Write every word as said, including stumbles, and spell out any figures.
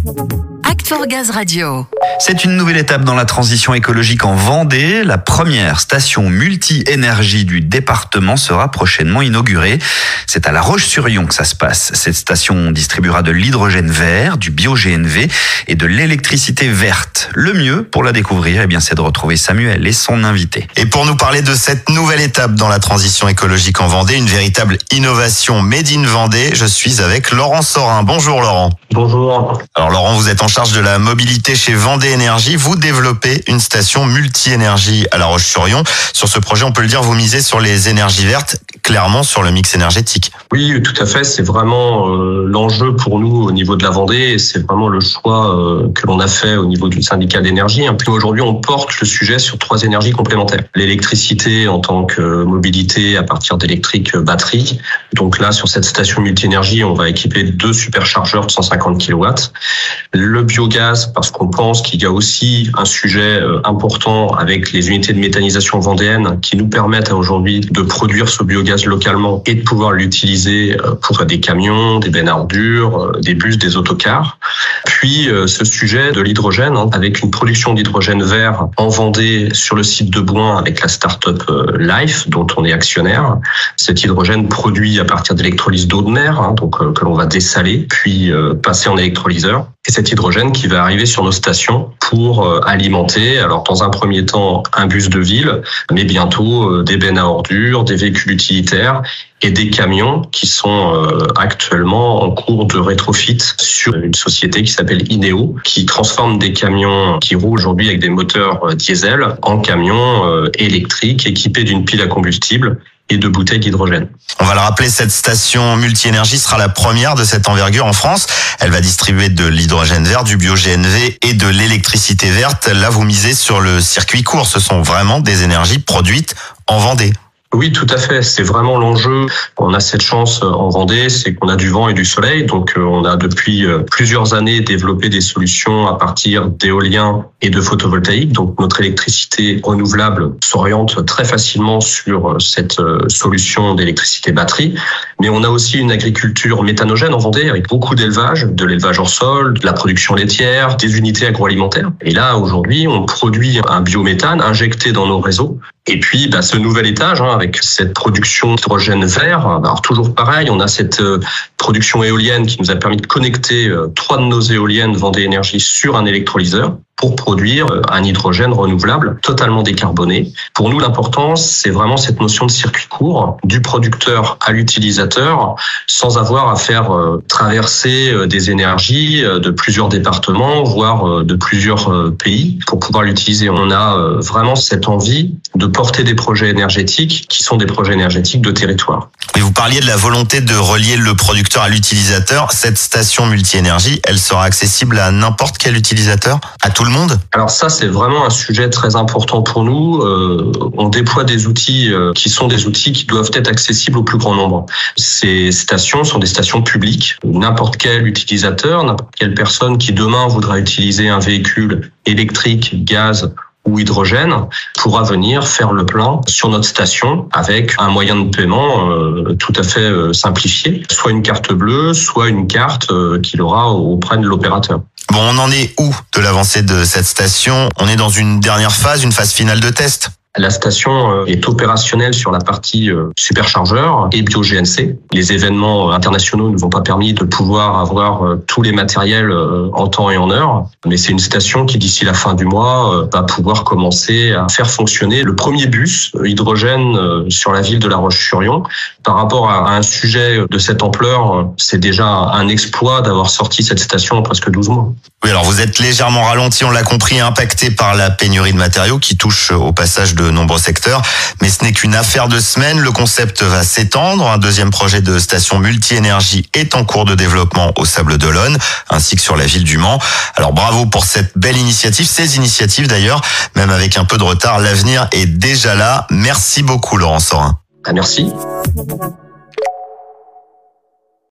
Act for Gaz Radio. C'est une nouvelle étape dans la transition écologique en Vendée. La première station multi-énergie du département sera prochainement inaugurée. C'est à La Roche-sur-Yon que ça se passe. Cette station distribuera de l'hydrogène vert, du bio-G N V et de l'électricité verte. Le mieux pour la découvrir, eh bien, c'est de retrouver Samuel et son invité. Et pour nous parler de cette nouvelle étape dans la transition écologique en Vendée, une véritable innovation made in Vendée, je suis avec Laurent Sorin. Bonjour Laurent. Bonjour. Alors Laurent, vous êtes en charge de la mobilité chez Vendée Énergie. Vous développez une station multi-énergie à La Roche-sur-Yon. Sur ce projet, on peut le dire, vous misez sur les énergies vertes, clairement sur le mix énergétique. Oui, tout à fait. C'est vraiment euh, l'enjeu pour nous au niveau de la Vendée. Et c'est vraiment le choix euh, que l'on a fait au niveau du syndicat d'énergie. Hein. Puis aujourd'hui, on porte le sujet sur trois énergies complémentaires. L'électricité en tant que mobilité à partir d'électrique batterie. Donc là, sur cette station multi-énergie, on va équiper deux superchargeurs de cent cinquante kilowatts. Le biogaz, parce qu'on pense qu'il y a aussi un sujet important avec les unités de méthanisation vendéennes qui nous permettent aujourd'hui de produire ce biogaz localement et de pouvoir l'utiliser pour des camions, des bennes à ordures, des bus, des autocars. Puis ce sujet de l'hydrogène, avec une production d'hydrogène vert en Vendée sur le site de Bouin avec la start-up Life, dont on est actionnaire. Cet hydrogène produit à partir d'électrolyse d'eau de mer, donc que l'on va dessaler, puis passer en électrolyseur. Et cet hydrogène qui va arriver sur nos stations pour alimenter, alors dans un premier temps, un bus de ville, mais bientôt des bennes à ordures, des véhicules utilitaires et des camions qui sont actuellement en cours de rétrofit sur une société qui s'appelle Ineo, qui transforme des camions qui roulent aujourd'hui avec des moteurs diesel en camions électriques équipés d'une pile à combustible et de bouteilles d'hydrogène. On va le rappeler, cette station multi-énergie sera la première de cette envergure en France. Elle va distribuer de l'hydrogène vert, du bio-G N V et de l'électricité verte. Là, vous misez sur le circuit court. Ce sont vraiment des énergies produites en Vendée. Oui, tout à fait. C'est vraiment l'enjeu. On a cette chance en Vendée, c'est qu'on a du vent et du soleil. Donc, on a depuis plusieurs années développé des solutions à partir d'éolien et de photovoltaïque. Donc, notre électricité renouvelable s'oriente très facilement sur cette solution d'électricité batterie. Mais on a aussi une agriculture méthanogène en Vendée avec beaucoup d'élevage, de l'élevage hors sol, de la production laitière, des unités agroalimentaires. Et là, aujourd'hui, on produit un biométhane injecté dans nos réseaux. Et puis, bah, ce nouvel étage, hein, avec cette production d'hydrogène vert, alors toujours pareil, on a cette euh, production éolienne qui nous a permis de connecter euh, trois de nos éoliennes Vendée Énergie sur un électrolyseur pour produire un hydrogène renouvelable totalement décarboné. Pour nous, l'important, c'est vraiment cette notion de circuit court, du producteur à l'utilisateur, sans avoir à faire traverser des énergies de plusieurs départements, voire de plusieurs pays, pour pouvoir l'utiliser. On a vraiment cette envie de porter des projets énergétiques qui sont des projets énergétiques de territoire. Et vous parliez de la volonté de relier le producteur à l'utilisateur. Cette station multi-énergie, elle sera accessible à n'importe quel utilisateur, à tout le monde? Alors ça, c'est vraiment un sujet très important pour nous. Euh, on déploie des outils euh, qui sont des outils qui doivent être accessibles au plus grand nombre. Ces stations sont des stations publiques. N'importe quel utilisateur, n'importe quelle personne qui demain voudra utiliser un véhicule électrique, gaz ou hydrogène pourra venir faire le plein sur notre station avec un moyen de paiement euh, tout à fait euh, simplifié, soit une carte bleue, soit une carte euh, qu'il aura auprès de l'opérateur. Bon, on en est où de l'avancée de cette station? On est dans une dernière phase, une phase finale de test? La station est opérationnelle sur la partie superchargeur et bio-G N C. Les événements internationaux ne nous ont pas permis de pouvoir avoir tous les matériels en temps et en heure. Mais c'est une station qui, d'ici la fin du mois, va pouvoir commencer à faire fonctionner le premier bus hydrogène sur la ville de La Roche-sur-Yon. Par rapport à un sujet de cette ampleur, c'est déjà un exploit d'avoir sorti cette station en presque douze mois. Oui, alors vous êtes légèrement ralenti, on l'a compris, impacté par la pénurie de matériaux qui touche au passage de nombreux secteurs. Mais ce n'est qu'une affaire de semaines. Le concept va s'étendre. Un deuxième projet de station multi-énergie est en cours de développement au Sables-d'Olonne, ainsi que sur la ville du Mans. Alors bravo pour cette belle initiative, ces initiatives d'ailleurs, même avec un peu de retard, l'avenir est déjà là. Merci beaucoup Laurent Sorin. Ah, merci.